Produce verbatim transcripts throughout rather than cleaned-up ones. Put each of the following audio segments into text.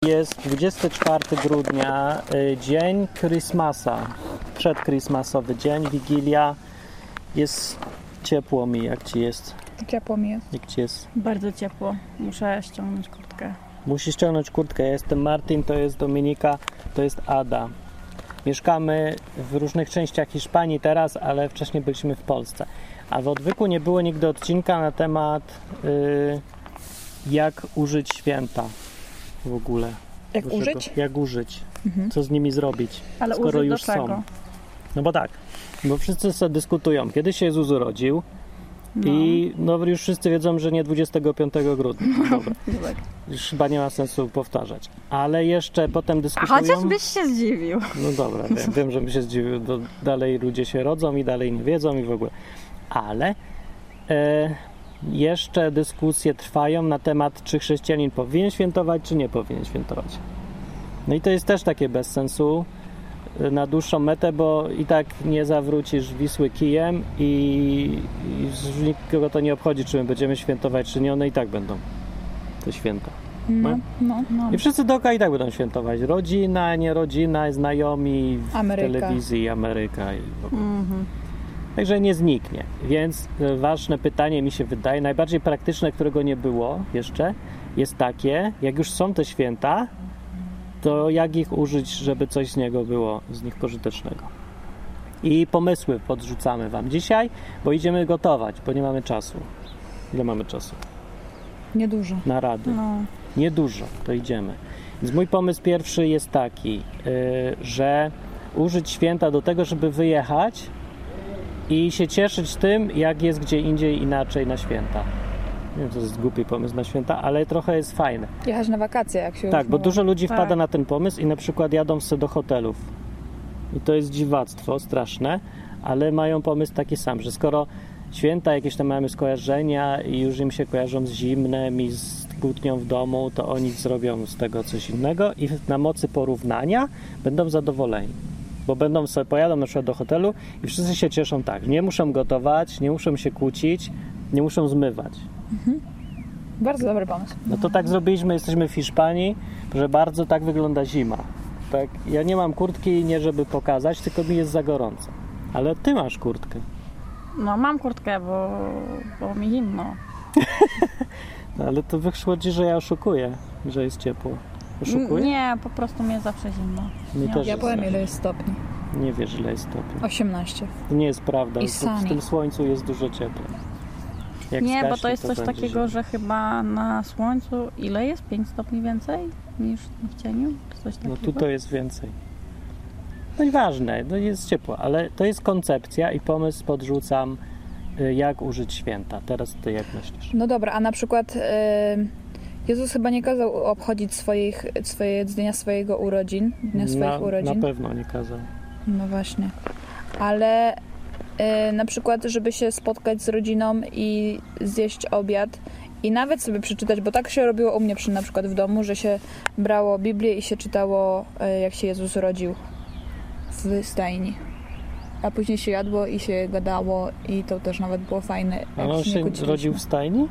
jest dwudziestego czwartego grudnia, dzień Christmasa, przedchristmasowy dzień, Wigilia. Jest ciepło mi, jak ci jest? Ciepło mi jest. Jak ci jest? Bardzo ciepło. Muszę ściągnąć kurtkę. Musisz ściągnąć kurtkę. Ja jestem Martin, to jest Dominika, to jest Ada. Mieszkamy w różnych częściach Hiszpanii teraz, ale wcześniej byliśmy w Polsce. A w Odwyku nie było nigdy odcinka na temat yy, jak użyć święta w ogóle. Jak Żeby, użyć? Jak użyć. Mhm. Co z nimi zrobić, Ale skoro użyć już do czego? są. No bo tak, bo wszyscy sobie dyskutują, kiedy się Jezus urodził. No. I no już wszyscy wiedzą, że nie dwudziestego piątego grudnia. Dobra. Tak. Już chyba nie ma sensu powtarzać. Ale jeszcze potem A dyskutują... chociaż byś się zdziwił. No dobra, wiem, wiem że by się zdziwił. Do, dalej ludzie się rodzą i dalej nie wiedzą i w ogóle. Ale e, jeszcze dyskusje trwają na temat, czy chrześcijanin powinien świętować, czy nie powinien świętować. No i to jest też takie bez sensu na dłuższą metę, bo i tak nie zawrócisz Wisły kijem i, i nikogo to nie obchodzi, czy my będziemy świętować, czy nie, one i tak będą te święta. No, no, no. I wszyscy dookoła i tak będą świętować. Rodzina, nie rodzina, znajomi w Ameryka. telewizji, Ameryka i w ogóle. Mhm. Także nie zniknie. Więc ważne pytanie mi się wydaje, najbardziej praktyczne, którego nie było jeszcze, jest takie, jak już są te święta, to jak ich użyć, żeby coś z niego było, z nich pożytecznego. I pomysły podrzucamy wam dzisiaj, bo idziemy gotować, bo nie mamy czasu. Ile mamy czasu? Niedużo. Na rady. No. Niedużo, to idziemy. Więc mój pomysł pierwszy jest taki, yy, że użyć święta do tego, żeby wyjechać i się cieszyć tym, jak jest gdzie indziej inaczej na święta. Nie wiem, to jest głupi pomysł na święta, ale trochę jest fajny. Jechać na wakacje, jak się Tak, już bo mogło. dużo ludzi Tak. wpada na ten pomysł i na przykład jadą sobie do hotelów. I to jest dziwactwo straszne, ale mają pomysł taki sam, że skoro święta jakieś tam mamy skojarzenia i już im się kojarzą z zimnem i z kłótnią w domu, to oni zrobią z tego coś innego i na mocy porównania będą zadowoleni. Bo będą sobie, pojadą na przykład do hotelu i wszyscy się cieszą tak, nie muszą gotować, nie muszą się kłócić, nie muszą zmywać. Bardzo dobry pomysł. No to tak zrobiliśmy, jesteśmy w Hiszpanii, że bardzo tak wygląda zima. Tak, ja nie mam kurtki, nie żeby pokazać, tylko mi jest za gorąco. Ale ty masz kurtkę. No mam kurtkę, bo, bo mi zimno. No, ale to wyszło ci, że ja oszukuję, że jest ciepło. Oszukuję? Nie, po prostu mnie zawsze zimno. Mi Nie. też Ja jest powiem, tak. ile jest stopni. Nie wiesz, ile jest stopni. osiemnaście. To nie jest prawda. I W, w sunny. tym słońcu jest dużo cieplej. Jak Nie, bo zgaśnie, to jest coś będzie takiego, zimno. że chyba na słońcu ile jest? pięć stopni więcej niż w cieniu? Czy coś takiego? No tu to jest więcej. No i ważne, no jest ciepło, ale to jest koncepcja i pomysł podrzucam, y, jak użyć święta. Teraz ty jak myślisz? No dobra, a na przykład y, Jezus chyba nie kazał obchodzić swoich, swoje, dnia swojego urodzin, dnia swoich na, urodzin. na pewno nie kazał. No właśnie. Ale y, na przykład, żeby się spotkać z rodziną i zjeść obiad i nawet sobie przeczytać, bo tak się robiło u mnie przy, na przykład w domu, że się brało Biblię i się czytało, y, jak się Jezus rodził w stajni. A później się jadło i się gadało i to też nawet było fajne. A jak on się nie się kłóciliśmy. rodził w stajni?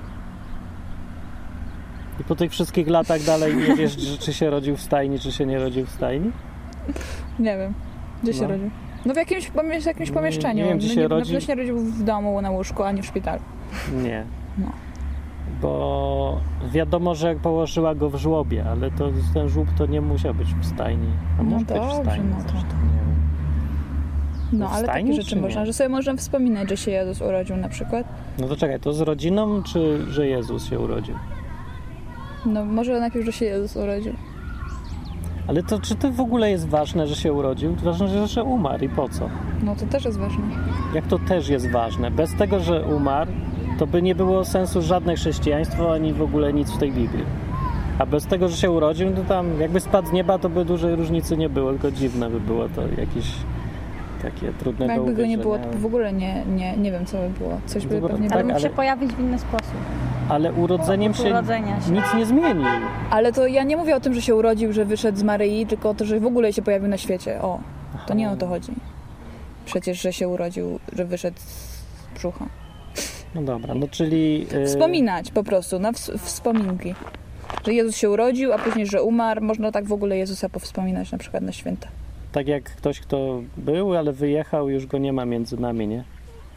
I po tych wszystkich latach dalej nie wiesz, że czy się rodził w stajni, czy się nie rodził w stajni? Nie wiem. Gdzie się No. rodził? No w jakimś, pomie- w jakimś Nie- pomieszczeniu. nie wiem, gdzie No się nie, rodzi. Na pewno się rodził w domu, na łóżku, a nie w szpitalu. Nie. No. Bo wiadomo, że jak położyła go w żłobie, ale to ten żłób to nie musiał być w stajni. A No może być w dobrze, stajni no to- zresztą, nie wiem. No, W ale stajni, takie rzeczy czy nie? można, że sobie można wspominać, że się Jezus urodził na przykład. No to czekaj, to z rodziną, czy że Jezus się urodził? No może najpierw, że się Jezus urodził. Ale to czy to w ogóle jest ważne, że się urodził? Ważne, że umarł i po co? No to też jest ważne. Jak to też jest ważne? Bez tego, że umarł, to by nie było sensu żadne chrześcijaństwo, ani w ogóle nic w tej Biblii. A bez tego, że się urodził, to tam jakby spadł z nieba, to by dużej różnicy nie było, tylko dziwne by było to jakieś takie trudne No do jakby go nie było, uwierzenia. to w ogóle nie, nie, nie wiem, co by było. Coś by Dobra, pewnie tak, Ale było. mógł się ale- pojawić w inny sposób. Ale urodzeniem Od się urodzenia się. nic nie zmieni. Ale to ja nie mówię o tym, że się urodził, że wyszedł z Maryi, tylko o to, że w ogóle się pojawił na świecie. O, to nie o to chodzi. Przecież, że się urodził, że wyszedł z brzucha. No dobra, no czyli... Yy, Wspominać po prostu, na ws- wspominki. Że Jezus się urodził, a później, że umarł. Można tak w ogóle Jezusa powspominać na przykład na święta. Tak jak ktoś, kto był, ale wyjechał, już go nie ma między nami, nie?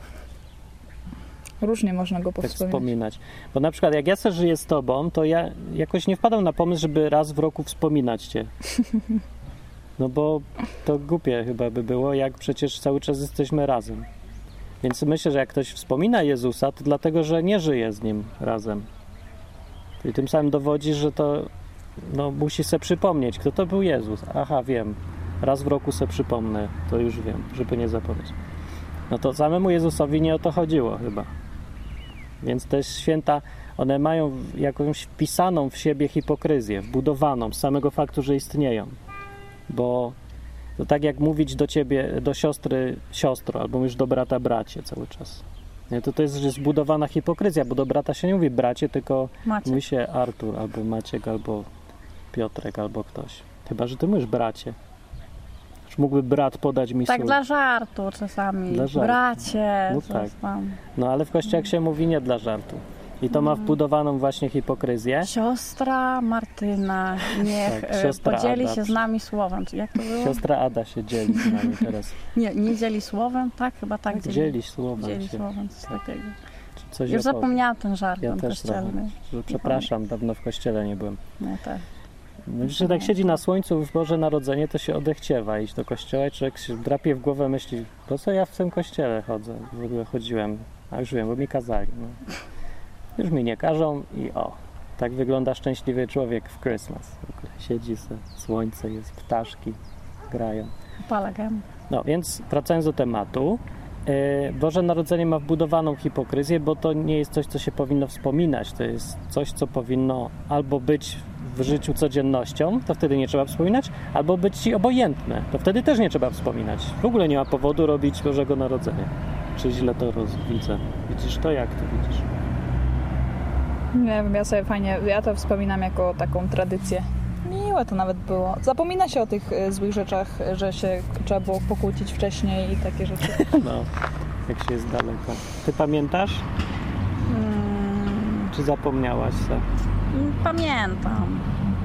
Różnie można go Tak powspominać. wspominać. Bo na przykład jak ja sobie żyję z tobą, to ja jakoś nie wpadam na pomysł, żeby raz w roku wspominać cię. No bo to głupie chyba by było, jak przecież cały czas jesteśmy razem. Więc myślę, że jak ktoś wspomina Jezusa, to dlatego, że nie żyje z Nim razem. I tym samym dowodzi, że to no, musi sobie przypomnieć, kto to był Jezus. Aha, wiem. Raz w roku sobie przypomnę, to już wiem, żeby nie zapomnieć. No to samemu Jezusowi nie o to chodziło chyba. Więc te święta, one mają jakąś wpisaną w siebie hipokryzję, wbudowaną z samego faktu, że istnieją. Bo to tak jak mówić do ciebie, do siostry siostro, albo mówisz do brata bracie cały czas. Nie, to to jest że zbudowana hipokryzja, bo do brata się nie mówi bracie, tylko Maciek. mówi się Artur, albo Maciek, albo Piotrek, albo ktoś. Chyba, że ty mówisz bracie. Już mógłby brat podać mi Tak sól. dla żartu czasami. Dla żartu. Bracie. No coś tak. tam. No ale w kościołach się mówi nie dla żartu. I to ma wbudowaną właśnie hipokryzję. Siostra Martyna, niech Tak, e, siostra podzieli Ada. się z nami słowem. Czy Jak to było? Siostra Ada się dzieli z nami teraz. Nie, nie dzieli słowem? Tak, chyba tak. dzieli. Dzielić słowa Dzieli się. słowem, coś takiego. Coś Już opowie. zapomniałam ten żart Ja ten też kościelny. trochę. Przepraszam, dawno w kościele nie byłem. No też. No, że tak siedzi na słońcu w Boże Narodzenie, to się odechciewa iść do kościoła i człowiek się drapie w głowę, myśli, po co ja w tym kościele chodzę? W ogóle chodziłem, a już wiem, bo mi kazali. No. Już mi nie każą i o, tak wygląda szczęśliwy człowiek w Christmas. W ogóle siedzi se, słońce jest, ptaszki grają. Pala gębę. No więc wracając do tematu, yy, Boże Narodzenie ma wbudowaną hipokryzję, bo to nie jest coś, co się powinno wspominać. To jest coś, co powinno albo być w życiu codziennością, to wtedy nie trzeba wspominać, albo być ci obojętne, to wtedy też nie trzeba wspominać. W ogóle nie ma powodu robić Bożego Narodzenia. Czy źle to roz- widzę? Widzisz to? Jak to widzisz? Nie wiem, ja sobie fajnie, ja to wspominam jako taką tradycję. Miłe to nawet było. Zapomina się o tych y, złych rzeczach, że się trzeba było pokłócić wcześniej i takie rzeczy. No, jak się jest daleko. Ty pamiętasz? Mm, Czy zapomniałaś se? mm, pamiętam.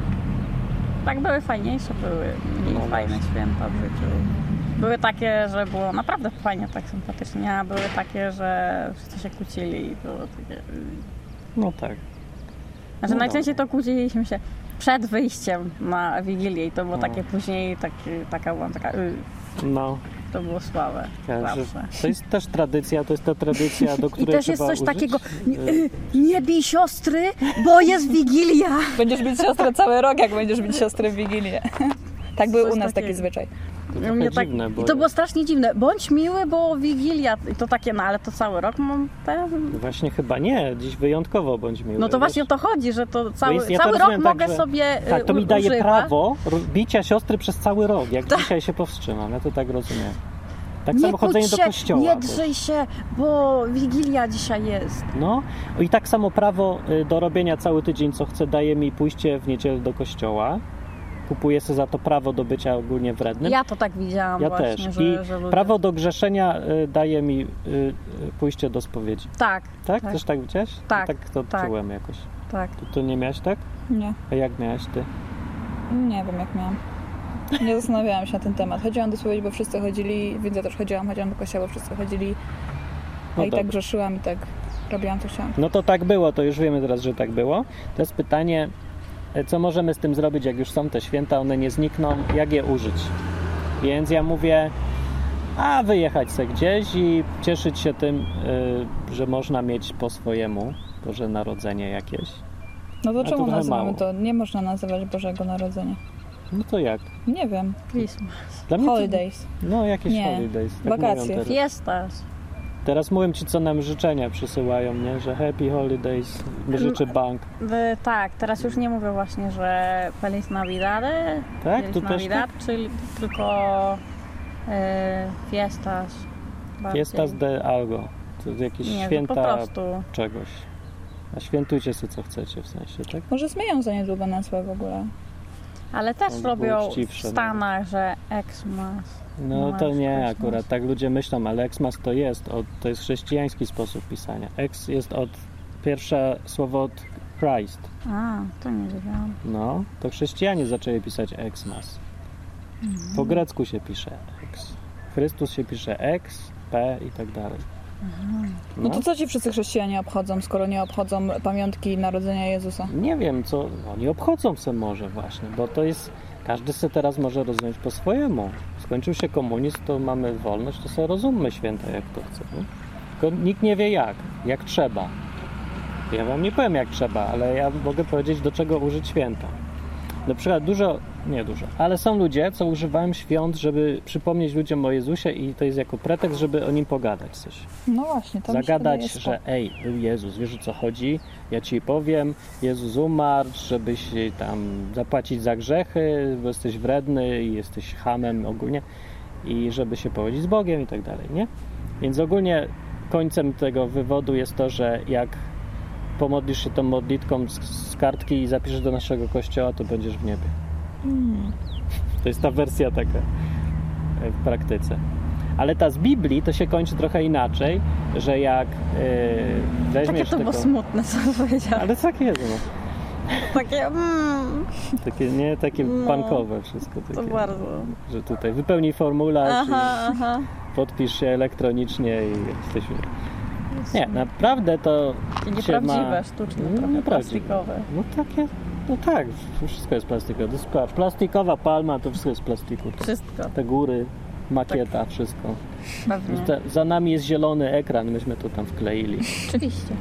Tak były fajniejsze, były mniej No fajne właśnie. święta w życiu. Były takie, że było naprawdę fajnie, tak sympatycznie, a były takie, że wszyscy się kłócili i było takie... No tak. Znaczy No najczęściej to kłóciliśmy się przed wyjściem na Wigilię i to było No. takie później, taki, taka byłam taka, y, No. to było słabe Ja, że zawsze. to jest też tradycja, to jest ta tradycja, do I której też jest trzeba coś użyć. takiego, nie, y, nie bij siostry, bo jest Wigilia. Będziesz bić siostrę cały rok, jak będziesz bić siostrę w Wigilię. Tak był Coś u nas takiego. taki zwyczaj. To U trochę mnie tak, dziwne, bo I to było strasznie dziwne. Bądź miły, bo Wigilia. I to takie, no ale to cały rok mam ten... właśnie chyba nie, dziś wyjątkowo bądź miły. No to wiesz? właśnie o to chodzi, że to cały, jest- ja to cały rok rozumiem tak, mogę że- sobie Tak, to y, mi daje używać. prawo ro- bicia siostry przez cały rok, jak dzisiaj się powstrzymam, ja to tak rozumiem. Tak Nie samo chodzenie kłóć do się, kościoła. nie bo- drzyj się, bo Wigilia dzisiaj jest. No i tak samo prawo y, do robienia cały tydzień, co chce, daje mi pójście w niedzielę do kościoła. Kupuję sobie za to prawo do bycia ogólnie wrednym. Ja to tak widziałam Ja właśnie, też. że, I że ludzie... prawo do grzeszenia y, daje mi y, y, pójście do spowiedzi. Tak, Tak? Tak. Też tak widziałeś? Tak, Tak to tak. czułem jakoś. tak. To, to nie miałaś tak? Nie, A jak miałaś ty? nie wiem jak miałam. Nie zastanawiałam się na ten temat. Chodziłam do spowiedzi, bo wszyscy chodzili, więc ja też chodziłam, chodziłam do kościoła, bo wszyscy chodzili. A No i dobra. tak grzeszyłam i tak robiłam co chciałam. No to tak było, to już wiemy teraz, że tak było. To jest pytanie, e, co możemy z tym zrobić, jak już są te święta, one nie znikną, jak je użyć. Więc ja mówię, a wyjechać se gdzieś i cieszyć się tym, y, że można mieć po swojemu Boże Narodzenie jakieś. No to A to czemu trochę nazywamy mało. to? Nie można nazywać Bożego Narodzenia. No to jak? Nie wiem. Christmas. Dla mnie to- Holidays. No jakieś Nie. holidays. Tak Wakacje. mówią teraz. Fiestas. Teraz mówią ci, co nam życzenia przysyłają, nie? Że happy holidays, życzy bank. Wy- tak, teraz już nie mówię właśnie, że Feliz Navidad, Tak? Feliz Tu też Navidad, czyli tylko e, Fiestas. bardziej. Fiestas de algo. To jakieś Nie, święta po prostu. czegoś. A świętujcie sobie co chcecie w sensie, tak? Może zmienią za niedługo nazwę w ogóle. Ale też To by było robią w uczciwsze, Stanach, że Xmas. No to Masz nie Christmas. akurat, tak ludzie myślą, ale Xmas to jest, od, to jest chrześcijański sposób pisania. X jest od, pierwsze słowo od Christ. A, to nie wiedziałam. No, to chrześcijanie zaczęli pisać Xmas. Mhm. Po grecku się pisze X. Chrystus się pisze X, P i tak dalej. No to co ci wszyscy chrześcijanie obchodzą, skoro nie obchodzą pamiątki narodzenia Jezusa? Nie wiem, co oni obchodzą se może właśnie, bo to jest, każdy se teraz może rozumieć po swojemu. Skończył się komunizm, to mamy wolność, to sobie rozummy święta jak to chce. Nie? Tylko nikt nie wie jak, jak trzeba. Ja wam nie powiem jak trzeba, ale ja mogę powiedzieć do czego użyć święta. Na przykład dużo, nie dużo, ale są ludzie, co używają świąt, żeby przypomnieć ludziom o Jezusie i to jest jako pretekst, żeby o Nim pogadać coś. No właśnie, to Zagadać, mi się że ej, był Jezus, wiesz o co chodzi? Ja ci powiem, Jezus umarł, żebyś tam zapłacić za grzechy, bo jesteś wredny i jesteś chamem ogólnie i żeby się pogodzić z Bogiem i tak dalej, nie? Więc ogólnie końcem tego wywodu jest to, że jak pomodlisz się tą modlitką z, z kartki i zapiszesz do naszego kościoła, to będziesz w niebie. Mm. To jest ta wersja taka w praktyce. Ale ta z Biblii to się kończy trochę inaczej, że jak yy, weźmiesz Takie to było taką... smutne, co powiedziałam. Ale tak jest, no. Takie, mm, Takie, nie, takie No, punkowe wszystko. Takie, to bardzo. Że tutaj wypełnij formularz Aha, aha. i podpisz się elektronicznie i jesteśmy... Nie, naprawdę to Takie się nieprawdziwe, ma... sztuczne, No, trochę nieprawdziwe. plastikowe. No takie, no tak, wszystko jest plastikowe. To jest pla- plastikowa palma, to wszystko jest z plastiku. To, Wszystko, te góry, makieta, wszystko. pewnie. Za, za nami jest zielony ekran, myśmy to tam wkleili. Oczywiście.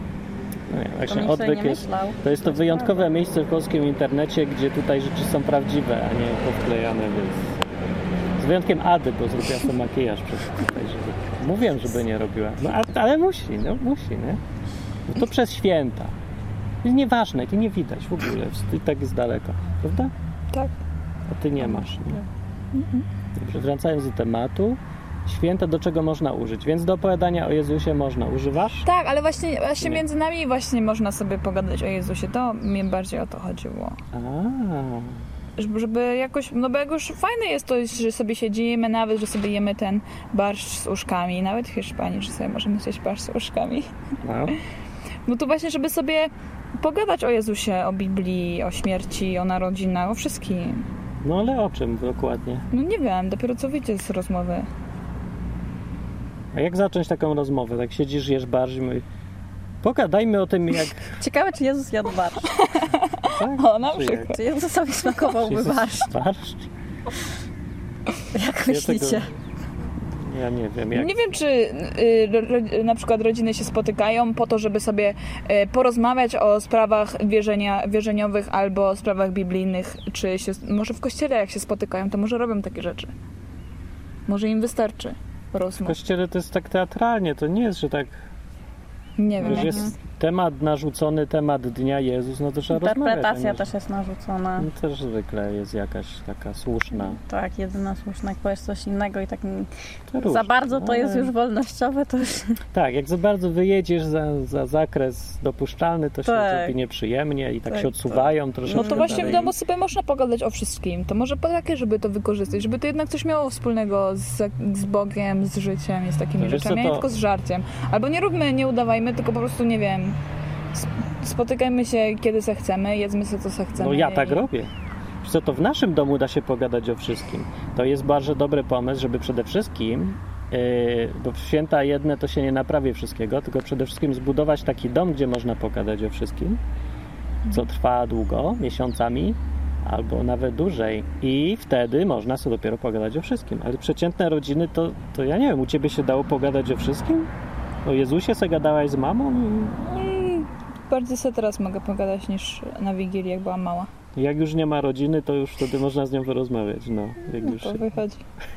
No nie, To właśnie nikt sobie odwyk nie jest, myślał. to jest to wyjątkowe miejsce w polskim internecie, gdzie tutaj rzeczy są prawdziwe, a nie powklejane, więc... Z wyjątkiem Ady, bo zrobiła sobie makijaż przez tutaj, żeby... Mówiłem, żeby nie robiła. No a, ale musi, no musi, nie? No to przez święta. Jest nieważne, to nie widać w ogóle. I tak jest daleko, prawda? Tak. A ty nie masz, nie? Dobrze, wracając do tematu. Święta do czego można użyć? Więc do opowiadania o Jezusie można. Używasz? Tak, ale właśnie, właśnie Nie. między nami właśnie można sobie pogadać o Jezusie. To mnie bardziej o to chodziło. A, Żeby, żeby jakoś, no bo jak już fajne jest to, że sobie siedzimy, nawet, że sobie jemy ten barszcz z uszkami, nawet w Hiszpanii, że sobie możemy zjeść barszcz z uszkami. no. No to właśnie, żeby sobie pogadać o Jezusie, o Biblii, o śmierci, o narodzinach, o wszystkim. No ale o czym dokładnie? No nie wiem, dopiero co wyjdzie z rozmowy. A jak zacząć taką rozmowę? Tak siedzisz, jesz barszcz i mówisz, pogadajmy o tym, jak... Ciekawe, czy Jezus jadł barszcz. Tak? O, na Czy przykład. jak? Czy Jezusowi smakowałby Jezus, barszcz? barszcz? Jak Ja myślicie? tego- Ja nie wiem, jak... Nie wiem, czy y, ro, ro, na przykład rodziny się spotykają po to, żeby sobie y, porozmawiać o sprawach wierzenia, wierzeniowych albo o sprawach biblijnych, czy się, może w kościele jak się spotykają, to może robią takie rzeczy. Może im wystarczy W rozmów. kościele to jest tak teatralnie, to nie jest, że tak... Nie wiem. Wiesz, jest temat narzucony, temat dnia Jezus, no to trzeba rozmawiać. Interpretacja a nie, że- też jest narzucona. No, też zwykle jest jakaś taka słuszna. Tak, jedyna słuszna. Jak powiesz coś innego i tak To za różnie, bardzo to ale- jest już wolnościowe, to już... Tak, jak za bardzo wyjedziesz za, za zakres dopuszczalny, to się Tak. zrobi nieprzyjemnie i tak, Tak, się odsuwają troszeczkę. No to właśnie w dalej. domu sobie można pogadać o wszystkim. To może po takie, żeby to wykorzystać, żeby to jednak coś miało wspólnego z, z Bogiem, z życiem i z takimi No wiesz co, rzeczami, a nie to- tylko z żarciem. Albo nie róbmy, nie udawajmy, tylko po prostu, nie wiem, sp- spotykajmy się kiedy se chcemy, jedzmy sobie co se chcemy. No ja tak i- robię. Wiesz co, to w naszym domu da się pogadać o wszystkim. To jest bardzo dobry pomysł, żeby przede wszystkim, yy, bo w święta jedne to się nie naprawi wszystkiego, tylko przede wszystkim zbudować taki dom, gdzie można pogadać o wszystkim, co trwa długo, miesiącami, albo nawet dłużej. I wtedy można sobie dopiero pogadać o wszystkim. Ale przeciętne rodziny, to, to ja nie wiem, u ciebie się dało pogadać o wszystkim? O Jezusie se gadałaś z mamą? Mm, bardziej sobie teraz mogę pogadać niż na Wigilii, jak byłam mała. I jak już nie ma rodziny, to już wtedy można z nią porozmawiać. No, jak No już to się... wychodzi.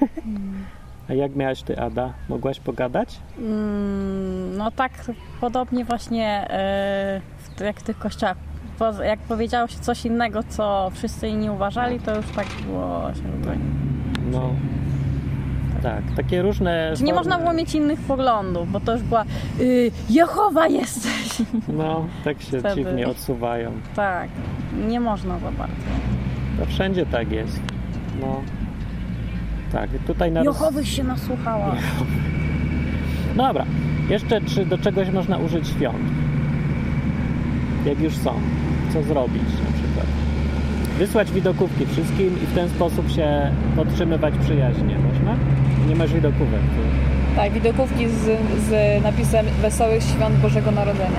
A jak miałaś ty, Ada? Mogłaś pogadać? Mm, no tak, podobnie właśnie yy, w- jak w tych kościołach. Po, jak powiedziało się coś innego, co wszyscy inni uważali, to już tak było się robiło. No. Tak, takie różne Czy nie formy. można było mieć innych poglądów, bo to już była yy, Jehowa jesteś! No, tak się Wtedy. dziwnie odsuwają. Tak, nie można za bardzo. To wszędzie tak jest. No. Tak, tutaj na roz... Jehowych się nasłuchała. Dobra, jeszcze czy do czegoś można użyć świąt? jak już są. Co zrobić na przykład? Wysłać widokówki wszystkim i w ten sposób się podtrzymywać przyjaźnie. Można? Nie masz widokówek. To... Tak, widokówki z, z napisem Wesołych Świąt Bożego Narodzenia.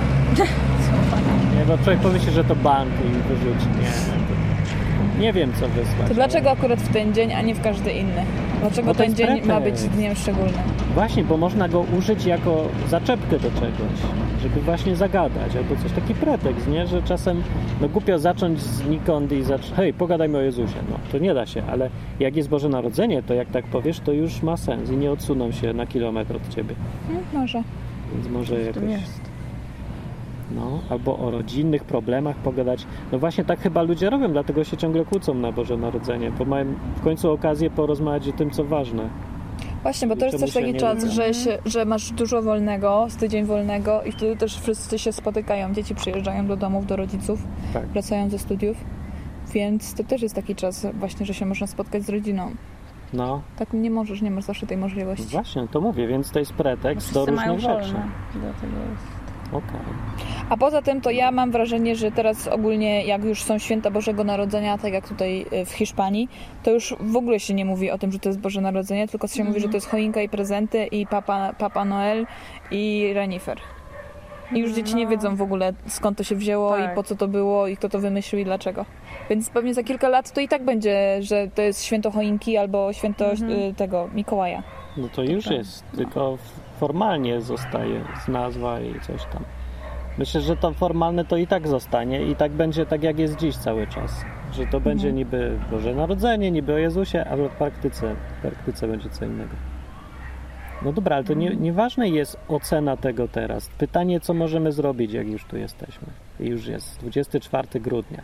Nie, bo człowiek pomyśli, że to bank i wyrzuci. Nie, to... nie wiem, co wysłać. To dlaczego akurat w ten dzień, a nie w każdy inny? Dlaczego Bo to ten jest dzień pretekst. ma być dniem szczególnym? Właśnie, bo można go użyć jako zaczepkę do czegoś, żeby właśnie zagadać, albo coś, taki pretekst, nie? Że czasem no głupio zacząć znikąd i zacząć, hej, pogadajmy o Jezusie. No, to nie da się, ale jak jest Boże Narodzenie, to jak tak powiesz, to już ma sens i nie odsuną się na kilometr od ciebie. Hmm, może. Więc może To jakoś... jest. No, albo o rodzinnych problemach pogadać. No właśnie tak chyba ludzie robią, dlatego się ciągle kłócą na Boże Narodzenie, bo mają w końcu okazję porozmawiać o tym, co ważne. Właśnie, bo I to jest czemu też się taki nie czas, lubią. że, się, że masz dużo wolnego, z tydzień wolnego i wtedy też wszyscy się spotykają. Dzieci przyjeżdżają do domów, do rodziców, Tak. wracają ze studiów, więc to też jest taki czas właśnie, że się można spotkać z rodziną. No, Tak nie możesz, nie masz zawsze tej możliwości. właśnie, to mówię, więc to jest pretekst do Wszyscy mają różnych rzeczy. wolne. Dlatego jest. Okej. A poza tym to ja mam wrażenie, że teraz ogólnie jak już są święta Bożego Narodzenia, tak jak tutaj w Hiszpanii, to już w ogóle się nie mówi o tym, że to jest Boże Narodzenie, tylko się Mhm. mówi, że to jest choinka i prezenty i Papa, Papa Noel i renifer. I już dzieci nie No. wiedzą w ogóle skąd to się wzięło Tak. i po co to było i kto to wymyślił i dlaczego. Więc pewnie za kilka lat to i tak będzie, że to jest święto choinki albo święto Mhm. y, tego Mikołaja. No to już tak. jest, tylko formalnie zostaje z nazwa i coś tam. Myślę, że to formalne to i tak zostanie i tak będzie tak jak jest dziś cały czas. Że to będzie Mhm. niby Boże Narodzenie, niby o Jezusie, ale w praktyce, w praktyce będzie co innego. No dobra, ale to nie, nieważne jest ocena tego teraz. Pytanie, co możemy zrobić, jak już tu jesteśmy. I już jest dwudziestego czwartego grudnia.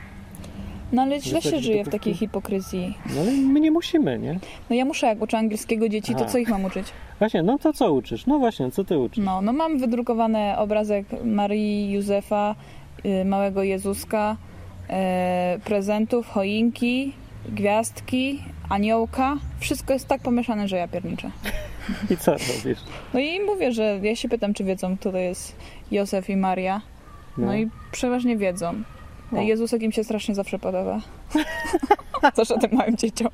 No ale źle Wysłać się żyje w widokówki? takiej hipokryzji. No ale my nie musimy, nie? No ja muszę, jak uczę angielskiego dzieci, to A. co ich mam uczyć? Właśnie, no to co uczysz? No właśnie, co ty uczysz? No, no mam wydrukowany obrazek Marii, Józefa, y, małego Jezuska, y, prezentów, choinki, gwiazdki, aniołka. Wszystko jest tak pomieszane, że ja pierniczę. I co robisz? No i mówię, że ja się pytam, czy wiedzą, kto to jest Józef i Maria. No, i przeważnie wiedzą. O. Jezusek im się strasznie zawsze podoba. Zwłaszcza tym małym dzieciom.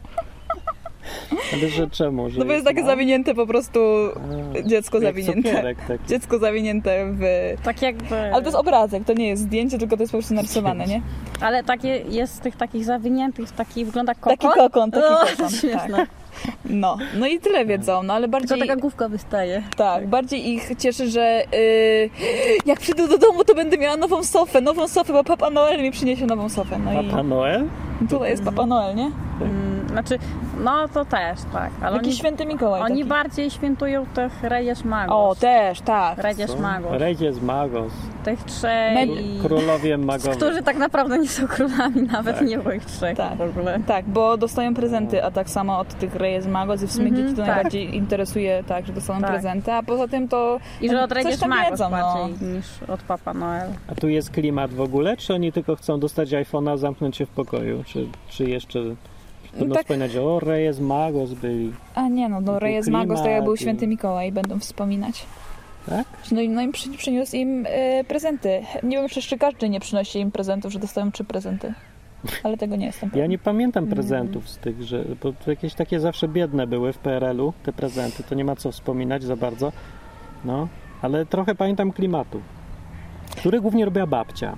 Ale że czemu? Że No bo jest takie mało? zawinięte po prostu A, dziecko jak zawinięte. cukierek taki. Dziecko zawinięte w... Tak jakby... Ale to jest obrazek, to nie jest zdjęcie, tylko to jest po prostu narysowane, nie? Ale takie jest z tych takich zawiniętych, taki wygląda kokon. Taki kokon, taki O, kokon. śmieszne. Tak. No, no i tyle wiedzą, no ale Tylko bardziej... taka główka wystaje. Tak, bardziej ich cieszy, że yy, jak przyjdę do domu, to będę miała nową sofę, nową sofę, bo Papa Noel mi przyniesie nową sofę. No Papa Noel? i tutaj jest Papa Noel, nie? Mm, znaczy, no to też, tak. Ale Jakiś oni, święty Mikołaj oni taki. bardziej świętują tych Reyes Magos. O, też, tak. Reyes Magos. Reyes Magos. Tych trzech Med- i... Królowie magowie. Którzy tak naprawdę nie są królami, nawet Tak. nie było ich trzech Tak. w ogóle. Tak, bo dostają prezenty, a tak samo od tych Reyes Magos i w sumie Mhm, dzieci to tak. najbardziej interesuje, tak, że dostaną Tak. prezenty, a poza tym to I że od coś Reyes tam Magos wiedzą, no. bardziej niż od Papa Noel. A tu jest klimat w ogóle? Czy oni tylko chcą dostać iPhone'a, zamknąć się w pokoju? Czy, czy jeszcze będą tak. wspominać, o Reyes Magos byli? A nie, no, no Był Reyes Magos, tak jak był klimat i- święty Mikołaj, będą wspominać. Tak? No i, no i przy, przyniósł im e, prezenty. Nie wiem, czy każdy nie przynosi im prezentów, że dostają trzy prezenty. Ale tego nie jestem pewna. Ja nie pamiętam prezentów z tych, że, bo to jakieś takie zawsze biedne były w P R L-u, te prezenty, to nie ma co wspominać za bardzo. No, ale trochę pamiętam klimatu, który głównie robiła babcia.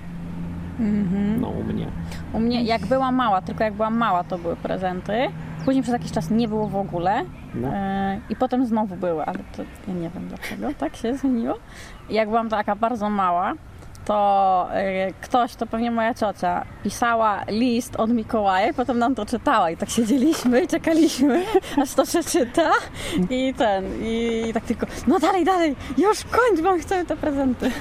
Mhm. No, u mnie. U mnie, jak byłam mała, tylko jak byłam mała, to były prezenty. Później przez jakiś czas nie było w ogóle. No. E, I potem znowu były, ale to ja nie wiem dlaczego tak się zmieniło. I jak byłam taka bardzo mała, to e, ktoś, to pewnie moja ciocia, pisała list od Mikołaja i potem nam to czytała. I tak siedzieliśmy i czekaliśmy, aż to przeczyta. I ten, i, i tak tylko, no dalej, dalej, już kończ, bo chcemy te prezenty.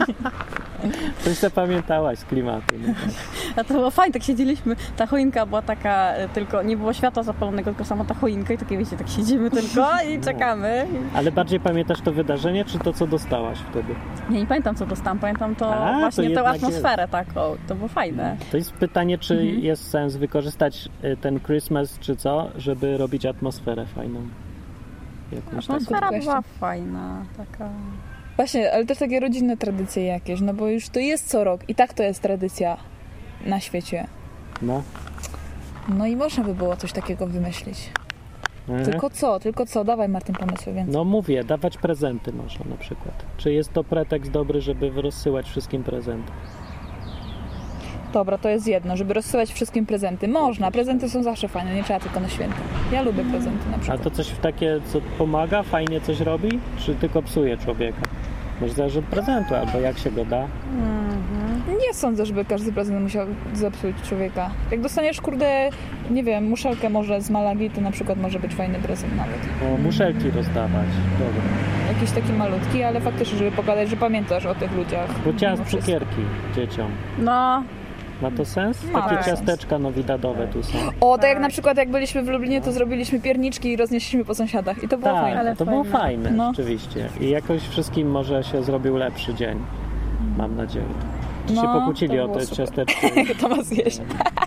Coś zapamiętałaś z klimatu. No tak. A to było fajnie, tak siedzieliśmy, ta choinka była taka, e, tylko nie było światła zapalonego, tylko sama ta choinka i takie wiecie, tak siedzimy tylko i czekamy. Ale bardziej pamiętasz to wydarzenie, czy to, co dostałaś wtedy? Nie, nie pamiętam co dostałam, pamiętam to A, to właśnie tę jednak atmosferę taką, to było fajne. To jest pytanie, czy Mhm. jest sens wykorzystać y, ten Christmas, czy co, żeby robić atmosferę fajną. Jakąś taką. Atmosfera Good była question. fajna, taka... Właśnie, ale też takie rodzinne tradycje jakieś, no bo już to jest co rok i tak to jest tradycja na świecie. No. No i można by było coś takiego wymyślić. Mhm. Tylko co? Tylko co? Dawaj, Martin, pomysły więcej. No mówię, dawać prezenty można na przykład. Czy jest to pretekst dobry, żeby rozsyłać wszystkim prezenty? Dobra, to jest jedno, żeby rozsyłać wszystkim prezenty. Można, prezenty są zawsze fajne, nie trzeba tylko na święta. Ja lubię prezenty na A przykład. to coś takie, co pomaga, fajnie coś robi, czy tylko psuje człowieka? Może zależy od prezentu, albo jak się go da. Nie sądzę, żeby każdy prezent musiał zepsuć człowieka. Jak dostaniesz, kurde, nie wiem, muszelkę może z Malagi, to na przykład może być fajny prezent nawet. O, muszelki rozdawać. Dobra. Jakiś taki malutki, ale faktycznie, żeby pokazać, że pamiętasz o tych ludziach. Bo ciast, Mimo wszystko. cukierki dzieciom. No, Ma to sens? Ma Takie sens. ciasteczka nowidadowe tu są. O, tak jak na przykład jak byliśmy w Lublinie, to zrobiliśmy pierniczki i roznieśliśmy po sąsiadach. I to było Tak, fajne. Ale to było fajne. fajne, No. rzeczywiście. I jakoś wszystkim może się zrobił lepszy dzień. Mam nadzieję. Czy się No, pokłócili to o było te super. ciasteczki? To ma zjeść.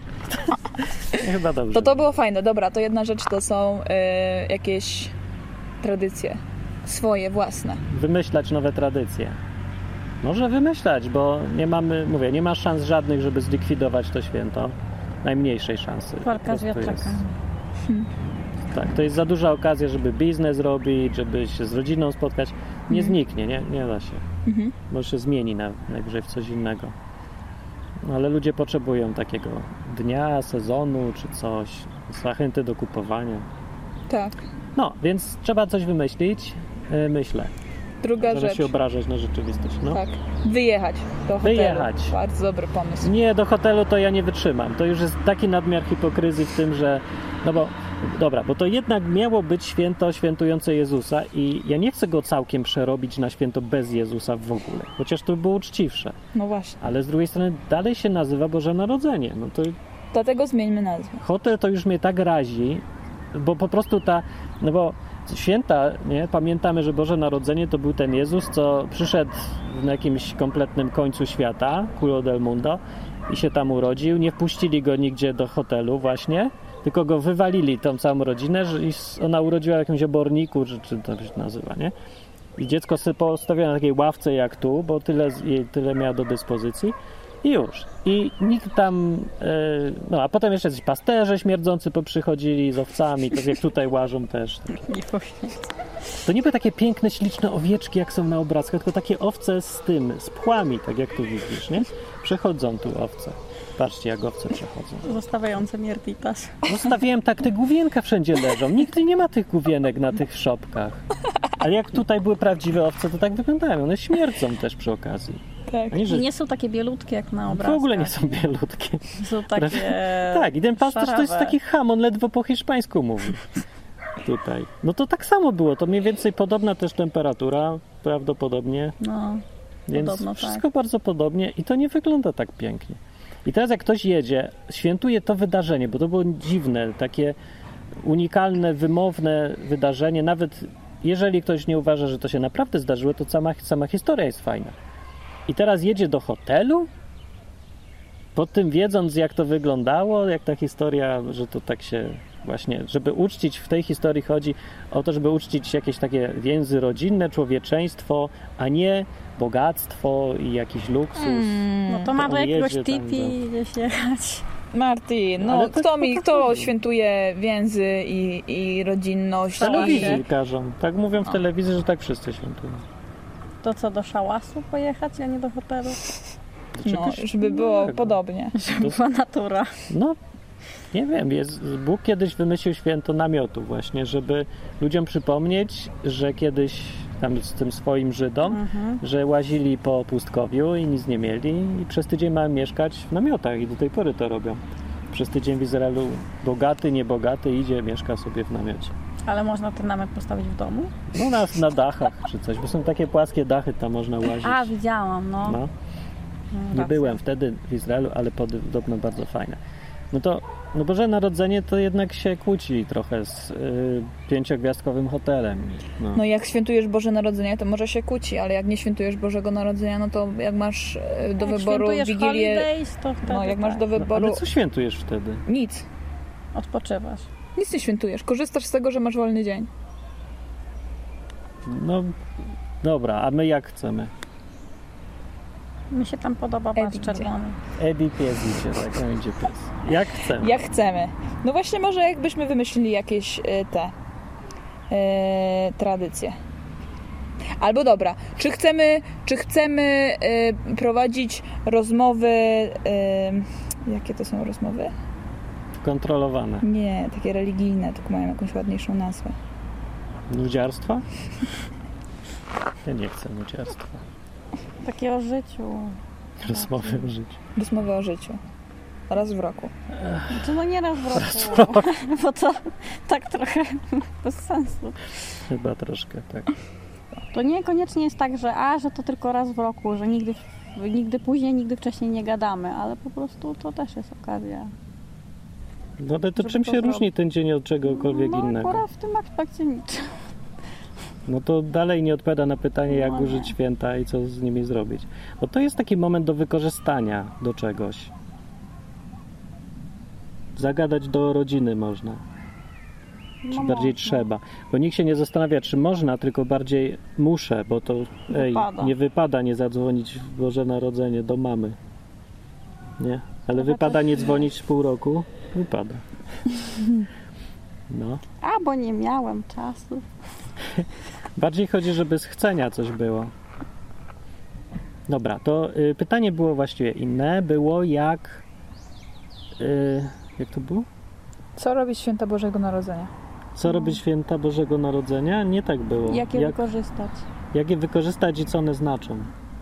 Chyba dobrze. To to było fajne. Dobra, to jedna rzecz to są y, jakieś tradycje. Swoje, własne. Wymyślać nowe tradycje. Może wymyślać, bo nie mamy, mówię, nie ma szans żadnych, żeby zlikwidować to święto. Najmniejszej szansy. Po walka z prostu jest. wiatrzakami. Tak, to jest za duża okazja, żeby biznes robić, żeby się z rodziną spotkać. Nie Mhm. zniknie, nie, nie da się. Mhm. Może się zmieni na, najwyżej w coś innego. No, ale ludzie potrzebują takiego dnia, sezonu czy coś. Zachęty do kupowania. Tak. No, więc trzeba coś wymyślić. Yy, myślę. Druga Zamiast rzecz. się obrażać na rzeczywistość. No. Tak. Wyjechać do hotelu. Wyjechać. Bardzo dobry pomysł. Nie, do hotelu to ja nie wytrzymam. To już jest taki nadmiar hipokryzji w tym, że... No bo, dobra, bo to jednak miało być święto świętujące Jezusa i ja nie chcę go całkiem przerobić na święto bez Jezusa w ogóle. Chociaż to by było uczciwsze. No właśnie. Ale z drugiej strony dalej się nazywa Boże Narodzenie. No to Dlatego zmieńmy nazwę. hotel to już mnie tak razi, bo po prostu ta... No bo święta, nie? Pamiętamy, że Boże Narodzenie to był ten Jezus, co przyszedł na jakimś kompletnym końcu świata, Culo del Mundo, i się tam urodził. Nie wpuścili go nigdzie do hotelu właśnie, tylko go wywalili, tą całą rodzinę, że i ona urodziła w jakimś oborniku, czy, czy to się nazywa, nie? I dziecko sobie postawione na takiej ławce jak tu, bo tyle, z- jej tyle miała do dyspozycji. I już. I nikt tam... Yy, no, a potem jeszcze jacyś pasterze śmierdzący poprzychodzili z owcami, tak jak tutaj łażą też. To nie były takie piękne, śliczne owieczki, jak są na obrazkach, tylko takie owce z tym, z płami, tak jak tu widzisz, nie? Przechodzą tu owce. Patrzcie, jak owce przechodzą. Zostawiające miertitas. Zostawiłem tak, te główienka wszędzie leżą. Nigdy nie ma tych główienek na tych szopkach. Ale jak tutaj były prawdziwe owce, to tak wyglądają. One śmierdzą też przy okazji. Tak. A nie, że Nie są takie bielutkie jak na w obrazkach. ogóle nie są bielutkie. Są takie... Tak, i ten pasterz to jest szarawe. taki ham, on ledwo po hiszpańsku mówi. Tutaj. No to tak samo było, to mniej więcej podobna też temperatura, prawdopodobnie, No, więc podobno wszystko bardzo podobnie i to nie wygląda tak pięknie. I teraz jak ktoś jedzie, świętuje to wydarzenie, bo to było dziwne, takie unikalne, wymowne wydarzenie, nawet jeżeli ktoś nie uważa, że to się naprawdę zdarzyło, to sama, sama historia jest fajna. I teraz jedzie do hotelu, po tym wiedząc, jak to wyglądało, jak ta historia, że to tak się właśnie, żeby uczcić, w tej historii chodzi o to, żeby uczcić jakieś takie więzy rodzinne, człowieczeństwo, a nie bogactwo i jakiś luksus. no to ma To do on jakiegoś jedzie tam tipi gdzieś jechać. Martin, no Ale to kto jest mi, po kto takiej- świętuje więzy i, i rodzinność? W telewizji I... każą. Tak mówią w O. telewizji, że tak wszyscy świętują. To co, do szałasu pojechać, a nie do hotelu? Do No, czegoś żeby było innego. podobnie. Żeby była natura. No, nie wiem, jest, Bóg kiedyś wymyślił święto namiotu właśnie, żeby ludziom przypomnieć, że kiedyś tam z tym swoim Żydom, Mhm. że łazili po pustkowiu i nic nie mieli i przez tydzień mają mieszkać w namiotach i do tej pory to robią. Przez tydzień w Izraelu bogaty, niebogaty idzie, mieszka sobie w namiocie. Ale można ten namiot postawić w domu? No na, na dachach czy coś, bo są takie płaskie dachy, tam można łazić. A, widziałam, no. No. No, Nie racja. byłem wtedy w Izraelu, ale podobno bardzo fajne. No to no Boże Narodzenie to jednak się kłóci trochę z y, pięciogwiazdkowym hotelem. No. No jak świętujesz Boże Narodzenie, to może się kłóci, ale jak nie świętujesz Bożego Narodzenia, no to jak masz e, do Jak wyboru świętujesz Wigilię... holidays, to wtedy No jak masz tak. do No, wyboru... ale co świętujesz wtedy? Nic. Odpoczywasz. Nic nie świętujesz. Korzystasz z tego, że masz wolny dzień. No Dobra, a my jak chcemy? Mi się tam podoba Eddie patrz czerwony. Eddie pies idzie, tak, on idzie pies. Jak chcemy? Jak chcemy. No właśnie może jakbyśmy wymyślili jakieś y, te y, tradycje. Albo dobra, czy chcemy, czy chcemy y, prowadzić rozmowy, y, jakie to są rozmowy? Kontrolowane. Nie, takie religijne, tylko mają jakąś ładniejszą nazwę. Nudziarstwa? Ja nie chcę nudziarstwa. Takie o życiu. Rozmowy o życiu. Rozmowy o życiu. Raz w roku. Czy no nie raz w roku, bo to tak trochę bez sensu. Chyba troszkę, tak. To niekoniecznie jest tak, że a, że to tylko raz w roku, że nigdy, nigdy później, nigdy wcześniej nie gadamy, ale po prostu to też jest okazja. No ale to Żeby czym to się zrobić. różni ten dzień od czegokolwiek no, innego? akurat w tym aspekcie nic. No to dalej nie odpowiada na pytanie, jak No nie. użyć święta i co z nimi zrobić. Bo to jest taki moment do wykorzystania do czegoś. Zagadać do rodziny można. Czy No bardziej można. trzeba. Bo nikt się nie zastanawia, czy można, tylko bardziej muszę, bo to ej, Wypada. nie wypada nie zadzwonić w Boże Narodzenie do mamy. Nie? Ale Chyba wypada też nie nie. dzwonić w pół roku? Wypada. No. A, bo nie miałem czasu. Bardziej chodzi, żeby z chcenia coś było. Dobra, to y, pytanie było właściwie inne. Było jak... Y, jak to było? Co robić święta Bożego Narodzenia? Co robi święta Bożego Narodzenia? Nie tak było. Jak je jak, wykorzystać? jak je wykorzystać i co one znaczą?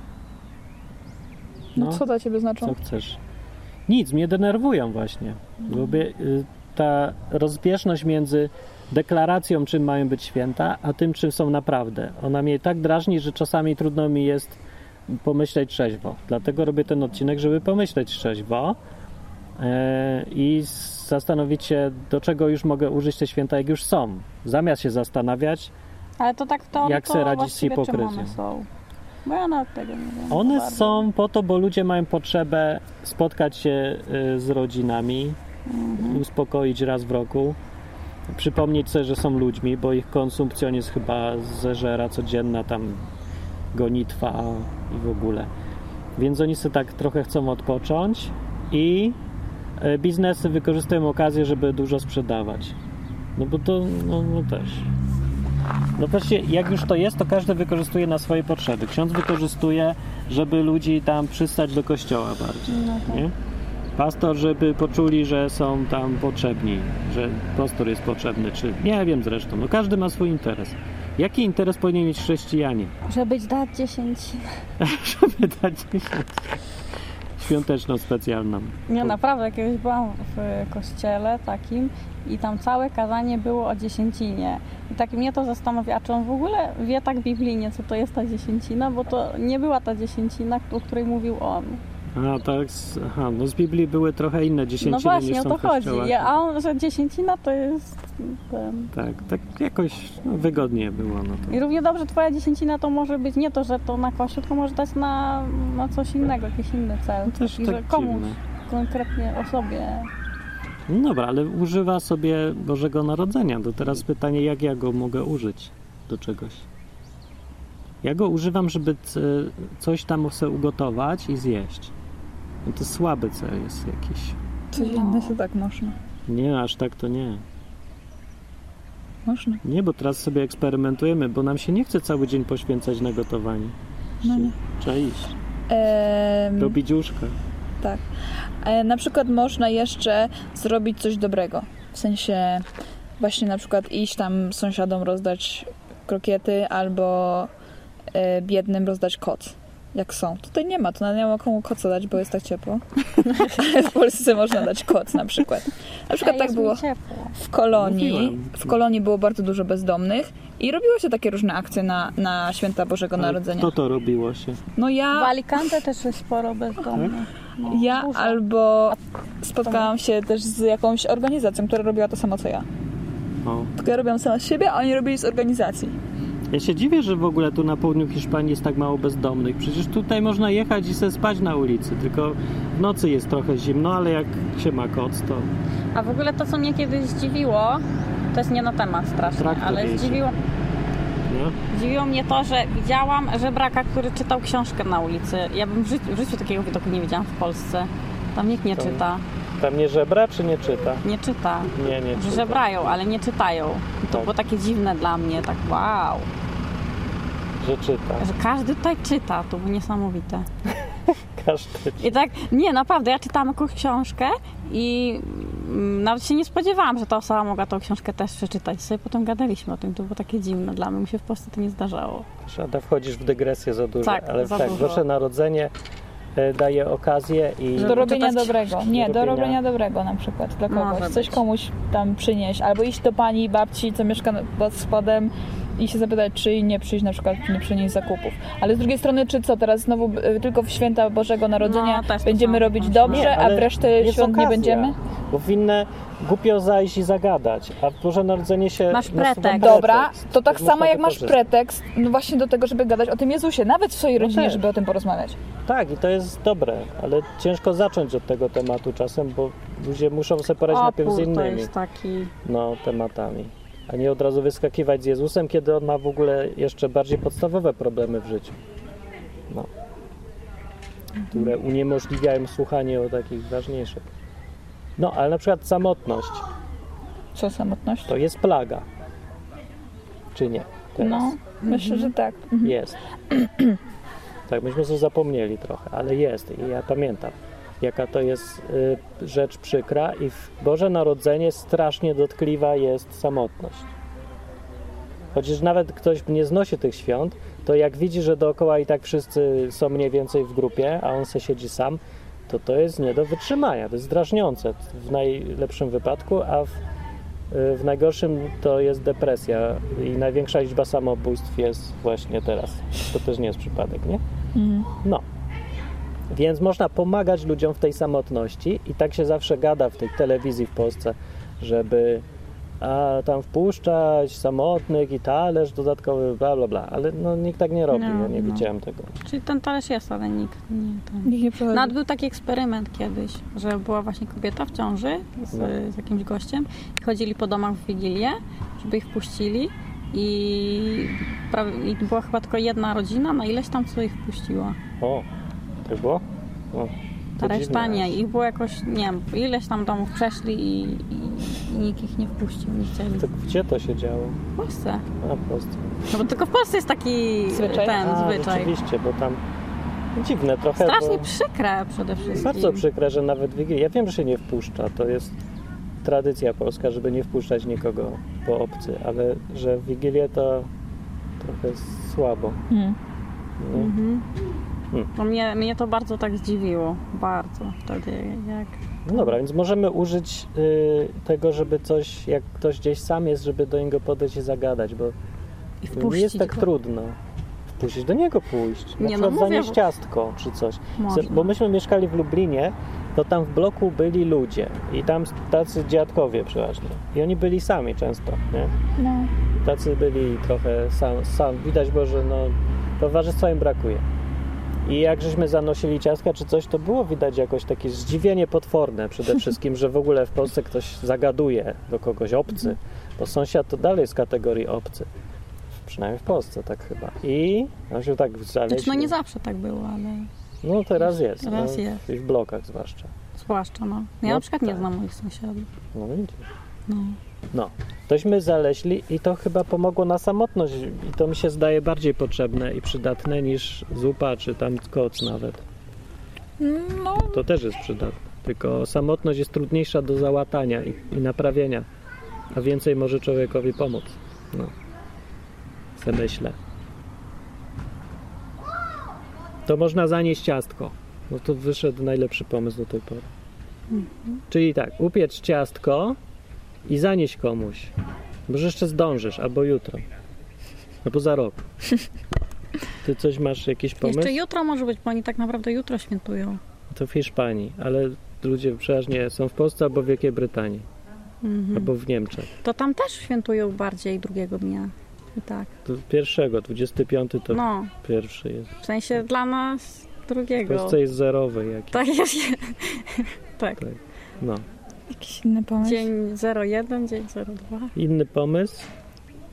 No, No, co dla ciebie znaczą? co chcesz? Nic, mnie denerwują właśnie. Lubię y, ta rozbieżność między deklaracją, czym mają być święta, a tym, czym są naprawdę. Ona mnie tak drażni, że czasami trudno mi jest pomyśleć trzeźwo. Dlatego robię ten odcinek, żeby pomyśleć trzeźwo yy, i zastanowić się, do czego już mogę użyć te święta, jak już są. Zamiast się zastanawiać, Ale to tak w teorii Jak to se radzić z właściwie czym hipokryzją? one są? Bo ja nawet tego nie wiem. one bardzo. są po to, bo ludzie mają potrzebę spotkać się yy, z rodzinami, Mhm. uspokoić raz w roku, przypomnieć sobie, że są ludźmi, bo ich konsumpcjonizm chyba zeżera codzienna tam gonitwa i w ogóle. Więc oni sobie tak trochę chcą odpocząć i e, biznesy wykorzystują okazję, żeby dużo sprzedawać. No bo to no, no też. No właśnie, jak już to jest, to każdy wykorzystuje na swoje potrzeby. Ksiądz wykorzystuje, żeby ludzi tam przystać do kościoła bardziej. No tak. Nie? Pastor, żeby poczuli, że są tam potrzebni, że pastor jest potrzebny, czy nie wiem zresztą. No każdy ma swój interes. Jaki interes powinien mieć chrześcijanie? Żeby dać dziesięć. Żeby dać dziesięć. Świąteczną, specjalną. Nie, naprawdę, jakiegoś byłam w kościele takim i tam całe kazanie było o dziesięcinie. I tak mnie to zastanawia, a czy on w ogóle wie tak biblijnie, co to jest ta dziesięcina, bo to nie była ta dziesięcina, o której mówił on. A tak, z, aha, no z Biblii były trochę inne dziesięciny No właśnie, niż o są to w chodzi. kościołach. Ja- A on, że dziesięcina to jest ten... Tak, tak jakoś no, wygodnie było. No to. I równie dobrze twoja dziesięcina to może być nie to, że to na kościół, tylko może dać na, na coś innego, jakiś inny cel. No też I tak że komuś, dziwne. konkretnie osobie. No dobra, ale używa sobie Bożego Narodzenia. To teraz pytanie, jak ja go mogę użyć do czegoś? Ja go używam, żeby c- coś tam sobie ugotować i zjeść. No to słaby cel jest jakiś. Codziennie to tak można. Nie, aż tak to nie. Można. Nie, bo teraz sobie eksperymentujemy, bo nam się nie chce cały dzień poświęcać na gotowanie. No nie. Trzeba iść, Em, robić łóżka. Tak. E, na przykład można jeszcze zrobić coś dobrego. W sensie właśnie na przykład iść tam sąsiadom rozdać krokiety albo e, biednym rozdać koc. Jak są. Tutaj nie ma, to nawet nie ma komu koca dać, bo jest tak ciepło. Ale w Polsce można dać koc na przykład. Na przykład Ej, tak jest było mi ciepło. w kolonii. Mówiłem. W kolonii było bardzo dużo bezdomnych i robiło się takie różne akcje na, na święta Bożego Ale Narodzenia. kto to robiło się? No W ja... Alicante też jest sporo bezdomnych. No, Ja dużo. albo spotkałam się też z jakąś organizacją, która robiła to samo co ja. O. Tylko ja robiłam sama z siebie, a oni robili z organizacji. Ja się dziwię, że w ogóle tu na południu Hiszpanii jest tak mało bezdomnych. Przecież tutaj można jechać i sobie spać na ulicy, tylko w nocy jest trochę zimno, ale jak się ma koc, to A w ogóle to, co mnie kiedyś zdziwiło, to jest nie na temat strasznie, Traktor ale jeździ. zdziwiło... No. Zdziwiło mnie to, że widziałam żebraka, który czytał książkę na ulicy. Ja bym w życiu, w życiu takiego widoku nie widziałam w Polsce. Tam nikt nie To- czyta. Tam nie żebra, czy nie czyta? Nie czyta. Nie, nie Że czyta. żebrają, ale nie czytają. I to Tak. było takie dziwne dla mnie, tak wow. Że czyta. Że każdy tutaj czyta, to było niesamowite. Każdy. I tak, nie, naprawdę, ja czytałam jakąś książkę i mm, nawet się nie spodziewałam, że ta osoba mogła tą książkę też przeczytać. Sobie potem gadaliśmy o tym, to było takie dziwne dla mnie, mi się w Polsce to nie zdarzało. Szada, wchodzisz w dygresję za dużo, Tak, ale za tak, dużo. Boże Narodzenie e, daje okazję i... Do robienia czytać dobrego. Nie, do do robienia- robienia dobrego na przykład dla Może kogoś. Coś być. komuś tam przynieść. Albo iść do pani, babci, co mieszka pod spodem i się zapytać, czy nie przyjść na przykład, czy nie przynieść zakupów. Ale z drugiej strony, czy co, teraz znowu y, tylko w święta Bożego Narodzenia No, też to będziemy samo robić pomyślałam. dobrze, Nie, a ale w resztę jest świąt nie okazja, będziemy? Bo winne głupio zajść i zagadać, a w Boże Narodzenie się... Masz nasuwa pretekst. Dobra, pretekst. to tak Można samo jak masz wykorzystać. pretekst, no właśnie do tego, żeby gadać o tym Jezusie, nawet w swojej No rodzinie, też. żeby o tym porozmawiać. Tak, i to jest dobre, ale ciężko zacząć od tego tematu czasem, bo ludzie muszą sobie poradzić najpierw z Opór to innymi jest taki... no, tematami, a nie od razu wyskakiwać z Jezusem, kiedy on ma w ogóle jeszcze bardziej podstawowe problemy w życiu. No. Które uniemożliwiają słuchanie o takich ważniejszych. No, ale na przykład samotność Co, samotność? to jest plaga. Czy nie? Teraz No, myślę, że tak. Mhm. jest. Tak, myśmy sobie zapomnieli trochę, ale jest i ja pamiętam, jaka to jest y, rzecz przykra i w Boże Narodzenie strasznie dotkliwa jest samotność. Chociaż nawet ktoś nie znosi tych świąt, to jak widzi, że dookoła i tak wszyscy są mniej więcej w grupie, a on se siedzi sam, to to jest nie do wytrzymania, to jest drażniące w najlepszym wypadku, a w, y, w najgorszym to jest depresja i największa liczba samobójstw jest właśnie teraz. To też nie jest przypadek, nie? Mhm. No. Więc można pomagać ludziom w tej samotności i tak się zawsze gada w tej telewizji w Polsce, żeby a tam wpuszczać samotnych i talerz dodatkowy, bla, bla, bla. Ale no nikt tak nie robi, No, ja nie no. widziałem tego. Czyli ten talerz jest, ale nikt nie... Ten... Nikt nie przychodzi. Nawet był taki eksperyment kiedyś, że była właśnie kobieta w ciąży z, No. z jakimś gościem i chodzili po domach w Wigilię, żeby ich wpuścili i, prawie, i była chyba tylko jedna rodzina, na ileś tam co ich wpuściła. O, tak było? O, Ta to reszta dziwne. nie. Ich było jakoś, nie wiem, ileś tam domów przeszli i, i, i nikt ich nie wpuścił, nie chcieli. To gdzie to się działo? W Polsce. A, w Polsce. No bo tylko w Polsce jest taki Zwyczaj? ten A, zwyczaj. rzeczywiście, bo tam dziwne trochę, Strasznie bo przykre przede wszystkim. bardzo przykre, że nawet w Wigilię. Ja wiem, że się nie wpuszcza, to jest tradycja polska, żeby nie wpuszczać nikogo po obcy, ale że w Wigilię to trochę słabo. Mhm. No. Mhm. Hmm. No mnie, mnie to bardzo tak zdziwiło. Bardzo wtedy, jak... No dobra, więc możemy użyć y, tego, żeby coś, jak ktoś gdzieś sam jest, żeby do niego podejść i zagadać, bo I nie wpuścić jest tak go. trudno. Wpuścić do niego pójść. Na Nie, no przykład mówię, zanieść bo- ciastko czy coś. Można. Bo myśmy mieszkali w Lublinie, to tam w bloku byli ludzie i tam tacy dziadkowie przeważnie. I oni byli sami często, nie? No. Tacy byli trochę sam, sam. Widać było, że no, towarzystwa im brakuje. I jak żeśmy zanosili ciastka czy coś, to było widać jakoś takie zdziwienie potworne przede wszystkim, że w ogóle w Polsce ktoś zagaduje do kogoś obcy, bo sąsiad to dalej z kategorii obcy. Przynajmniej w Polsce tak chyba. I no się tak znaleźli. Znaczy, no nie zawsze tak było, ale No teraz jest. Teraz no, jest. W blokach zwłaszcza. zwłaszcza, no. Ja No na przykład nie tak. znam moich sąsiadów. No widzisz. No. No, tośmy zaleśli i to chyba pomogło na samotność i to mi się zdaje bardziej potrzebne i przydatne niż zupa czy tam koc nawet. No, To też jest przydatne. Tylko samotność jest trudniejsza do załatania i, i naprawienia, a więcej może człowiekowi pomóc. No, se myślę. To można zanieść ciastko. No to wyszedł najlepszy pomysł do tej pory. Czyli tak, upiecz ciastko i zanieś komuś. Może jeszcze zdążysz, albo jutro. Albo za rok. Ty coś masz, jakiś pomysł? Jeszcze jutro może być, bo oni tak naprawdę jutro świętują. To w Hiszpanii, ale ludzie przeważnie są w Polsce albo w Wielkiej Brytanii, Mhm. albo w Niemczech. To tam też świętują bardziej drugiego dnia. I tak. To pierwszego, dwudziesty piąty to No, pierwszy jest. w sensie dla nas W drugiego. Polsce jest zerowy jakiś. Tak jest. Tak. Tak. No. jakiś inny pomysł. Dzień zero jeden, dzień zero dwa. Inny pomysł?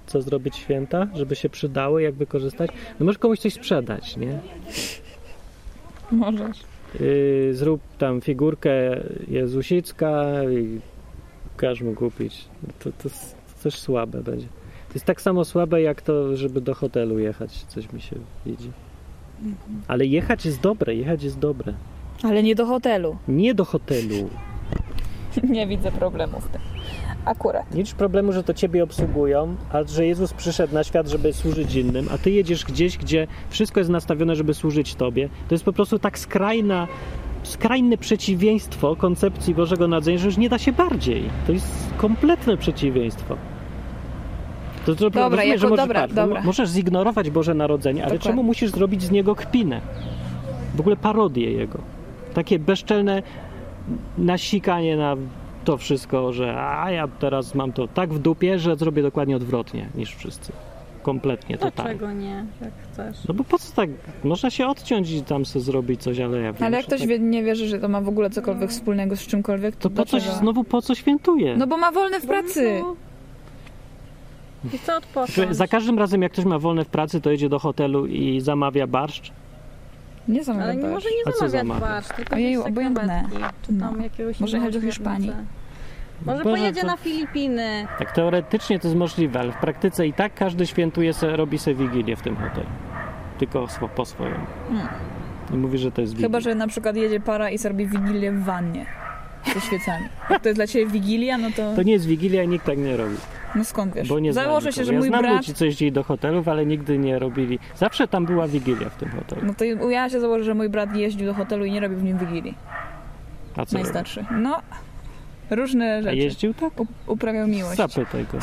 co zrobić w święta, żeby się przydały, jak wykorzystać? No możesz komuś coś sprzedać, nie? Możesz. Yy, zrób tam figurkę Jezusicka i każ mu kupić. To, to coś słabe będzie. To jest tak samo słabe, jak to, żeby do hotelu jechać. Coś mi się widzi. Ale jechać jest dobre, jechać jest dobre. Ale nie do hotelu. Nie do hotelu. Nie widzę problemu w tym. Akurat. Nie widzisz problemu, że to ciebie obsługują, a że Jezus przyszedł na świat, żeby służyć innym, a ty jedziesz gdzieś, gdzie wszystko jest nastawione, żeby służyć tobie. To jest po prostu tak skrajna, skrajne przeciwieństwo koncepcji Bożego Narodzenia, że już nie da się bardziej. To jest kompletne przeciwieństwo. To, to Dobra, rozumiem, jako, że możesz, dobra, patrz, dobra. możesz zignorować Boże Narodzenie, ale Dokładnie. czemu musisz zrobić z niego kpinę? W ogóle parodię jego. Takie bezczelne nasikanie na to wszystko, że a ja teraz mam to tak w dupie, że zrobię dokładnie odwrotnie niż wszyscy. Kompletnie, totalnie. Dlaczego nie, jak chcesz? No bo po co tak? Można się odciąć i tam sobie zrobić coś, ale ja wiem, Ale jak że ktoś tak... wie, nie wierzy, że to ma w ogóle cokolwiek wspólnego z czymkolwiek, to, To po coś, dlaczego? znowu po co świętuje? No bo ma wolne w pracy. No. I chcę Słuchaj, odpocząć. za każdym razem, jak ktoś ma wolne w pracy, to jedzie do hotelu i zamawia barszcz. Nie są Ale nie może A nie co zamawiać zamawia? barszcz, tylko Ojej, jakieś obojętne. serwetki, czy tam No. jakiegoś Może jechać do innego Hiszpanii. śmietnika. Może Boże, pojedzie to- na Filipiny. Tak teoretycznie to jest możliwe, ale w praktyce i tak każdy świętuje se, robi sobie wigilię w tym hotelu. Tylko swo- po swojemu. Hmm. I mówi, że to jest wigilia. Chyba, że na przykład jedzie para i zrobi wigilię w wannie ze świecami. Jak to jest dla ciebie wigilia, no to... To nie jest wigilia i nikt tak nie robi. No skąd wiesz? Bo nie znam Założę się, nikogo. że ja mój znam brat... ludzi, co jeździli do hotelów, ale nigdy nie robili. Zawsze tam była wigilia w tym hotelu. No to ja się założę, że mój brat jeździł do hotelu i nie robił w nim wigilii. A co robi? Najstarszy. No, różne A rzeczy. jeździł tak? U- uprawiał miłość. Zapytaj go.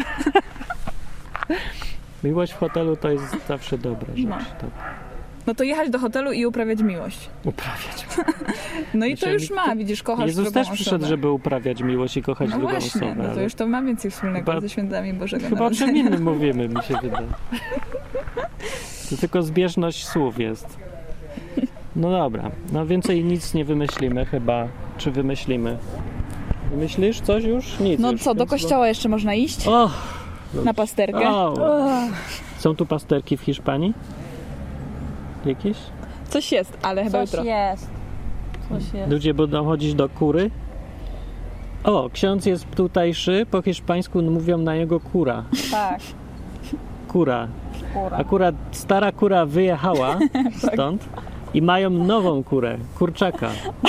Miłość w hotelu to jest zawsze dobra rzecz. No. Tak. No to jechać do hotelu i uprawiać miłość. Uprawiać. No i Myślę, to już ma, widzisz, kochasz Jezus drugą też przyszedł, osobę. żeby uprawiać miłość i kochać No drugą właśnie, osobę. no to ale już to ma więcej wspólnego Chyba- ze świętami Bożego Chyba o czym Narodzenia. innym mówimy, mi się wydaje. To tylko zbieżność słów jest. No dobra, no więcej nic nie wymyślimy chyba. Czy wymyślimy? Wymyślisz coś już? Nic No już, co, do więc- kościoła jeszcze można iść? O! Na pasterkę? O! Są tu pasterki w Hiszpanii? Jakieś? Coś jest, ale chyba Coś jutro. jest. Coś jest. Ludzie będą chodzić do kury? O, ksiądz jest tutejszy, po hiszpańsku mówią na jego kura. Tak, Kura. kura. Akurat stara kura wyjechała stąd i mają nową kurę, kurczaka.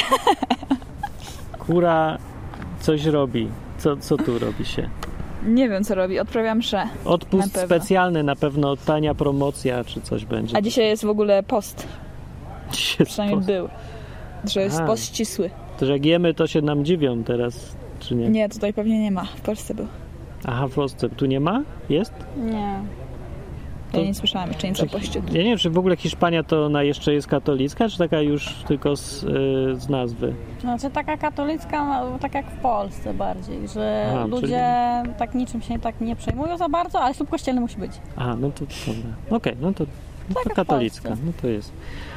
Kura coś robi. Co, co tu robi się? Nie wiem, co robi. Odprawiam mszę. Odpust Na pewno. specjalny, na pewno tania promocja czy coś będzie. A dzisiaj jest w ogóle post. Dzisiaj Przynajmniej post. był. Że jest A. post ścisły. To, że jak jemy, to się nam dziwią teraz, czy nie? Nie, tutaj pewnie nie ma. W Polsce był. Aha, w Polsce. Tu nie ma? Jest? Nie. Ja To- nie słyszałam jeszcze nic o poście. Ja nie wiem, czy w ogóle Hiszpania to ona jeszcze jest katolicka, czy taka już tylko z, y, z nazwy? Znaczy taka katolicka, no, tak jak w Polsce bardziej, że Aha, ludzie tak niczym się tak nie przejmują za bardzo, ale ślub kościelny musi być. Aha, no to dobra. Okej, no to, no to jak w katolicka, Polsce. no to jest.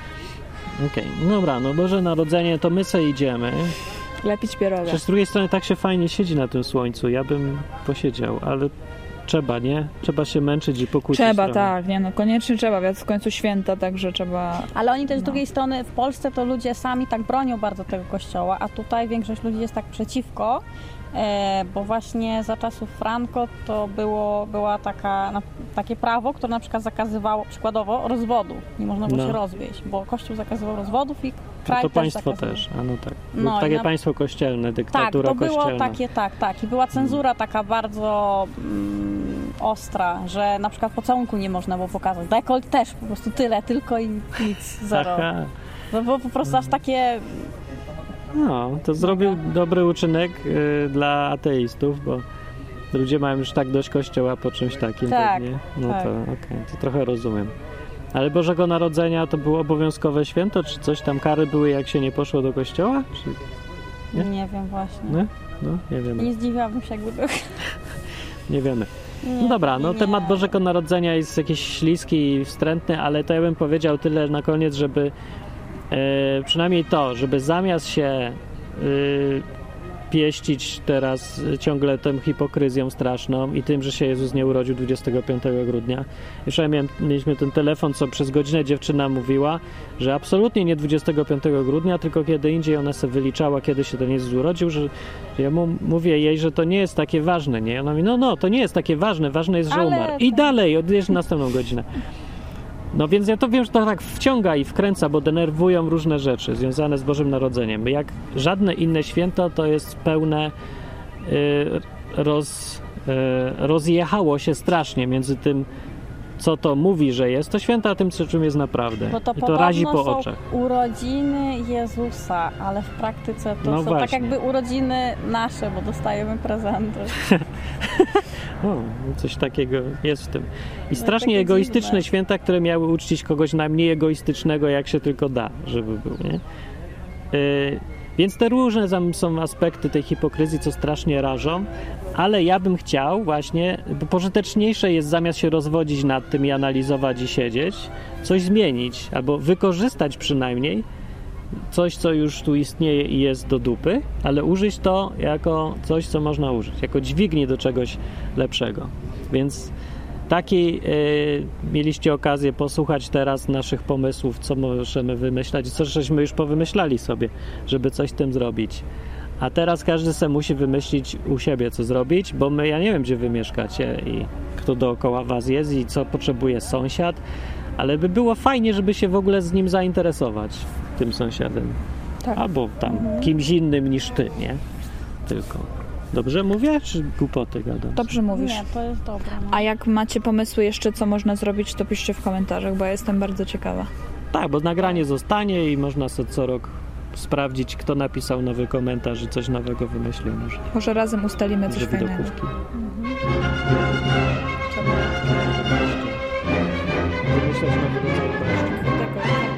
Okej, no dobra, no Boże Narodzenie, to my se idziemy. Lepić pieroga. Przecież z drugiej strony tak się fajnie siedzi na tym słońcu, ja bym posiedział, ale trzeba, nie? Trzeba się męczyć i pokłócić Trzeba, trochę. tak. Nie no, koniecznie trzeba. Więc w końcu święta, także trzeba... Ale oni też z No. drugiej strony w Polsce to ludzie sami tak bronią bardzo tego kościoła, a tutaj większość ludzi jest tak przeciwko, e, bo właśnie za czasów Franco to było, była taka, na, takie prawo, które na przykład zakazywało przykładowo rozwodu. Nie można było No. się rozwieść, bo kościół zakazywał rozwodów i No kraj to też państwo zakazywał. też, a no tak. No No, i takie na- państwo kościelne, Tak, dyktatura to było kościelna. takie, tak, tak. I była cenzura taka bardzo mm, ostra, że na przykład pocałunku nie można było pokazać. Dekolt też, po prostu tyle, tylko i nic, zero. Aha. To było po prostu aż takie... No, to zrobił dobry uczynek y, dla ateistów, bo ludzie mają już tak dość kościoła po czymś takim Tak, pewnie. No tak. to okej, to trochę rozumiem. Ale Bożego Narodzenia to było obowiązkowe święto, czy coś tam kary były, jak się nie poszło do kościoła? Czy... Nie? Nie wiem właśnie. Nie? No, nie wiemy. Nie zdziwiłabym się, jakby był. Nie wiemy. Nie, No dobra, no nie. temat Bożego Narodzenia jest jakiś śliski i wstrętny, ale to ja bym powiedział tyle na koniec, żeby e, przynajmniej to, żeby zamiast się e, pieścić teraz ciągle tą hipokryzją straszną i tym, że się Jezus nie urodził dwudziestego piątego grudnia. Jeszcze miałem, mieliśmy ten telefon, co przez godzinę dziewczyna mówiła, że absolutnie nie dwudziestego piątego grudnia, tylko kiedy indziej ona sobie wyliczała, kiedy się ten Jezus urodził, że ja mu mówię jej, że to nie jest takie ważne, nie? Ona mówi, no, no, to nie jest takie ważne, ważne jest, że Ale umarł. I to- dalej, odjeżdżę następną godzinę. No więc ja to wiem, że to tak wciąga i wkręca, bo denerwują różne rzeczy związane z Bożym Narodzeniem. Jak żadne inne święto, to jest pełne y, roz, y, rozjechało się strasznie między tym, co to mówi, że jest to święto, a tym, co czym jest naprawdę. Bo to I to razi po są oczach. urodziny Jezusa, ale w praktyce to No są tak właśnie. jakby urodziny nasze, bo dostajemy prezenty. O, coś takiego jest w tym. I No, strasznie takie egoistyczne dziwne. święta, które miały uczcić kogoś najmniej egoistycznego, jak się tylko da, żeby był, nie? Yy, więc te różne tam są aspekty tej hipokryzji, co strasznie rażą, ale ja bym chciał właśnie, bo pożyteczniejsze jest zamiast się rozwodzić nad tym i analizować i siedzieć, coś zmienić, albo wykorzystać przynajmniej coś, co już tu istnieje i jest do dupy, ale użyć to jako coś, co można użyć, jako dźwignię do czegoś lepszego. Więc takiej y, mieliście okazję posłuchać teraz naszych pomysłów, co możemy wymyślać i co żeśmy już powymyślali sobie, żeby coś z tym zrobić. A teraz każdy se musi wymyślić u siebie, co zrobić, bo my, ja nie wiem, gdzie wy mieszkacie i kto dookoła was jest i co potrzebuje sąsiad, ale by było fajnie, żeby się w ogóle z nim zainteresować, tym sąsiadem. Tak. Albo tam Mhm. kimś innym niż ty, nie? Tylko. Dobrze mówię, czy głupoty gadam? Dobrze mówisz. Nie, to jest dobre. No. A jak macie pomysły jeszcze, co można zrobić, to piszcie w komentarzach, bo ja jestem bardzo ciekawa. Tak, bo nagranie zostanie i można sobie co rok sprawdzić, kto napisał nowy komentarz i coś nowego wymyślił może. Może razem ustalimy coś Żeby fajnego. widokówki. Trzeba Wymyślać nowy rodzaj barszczu. tego.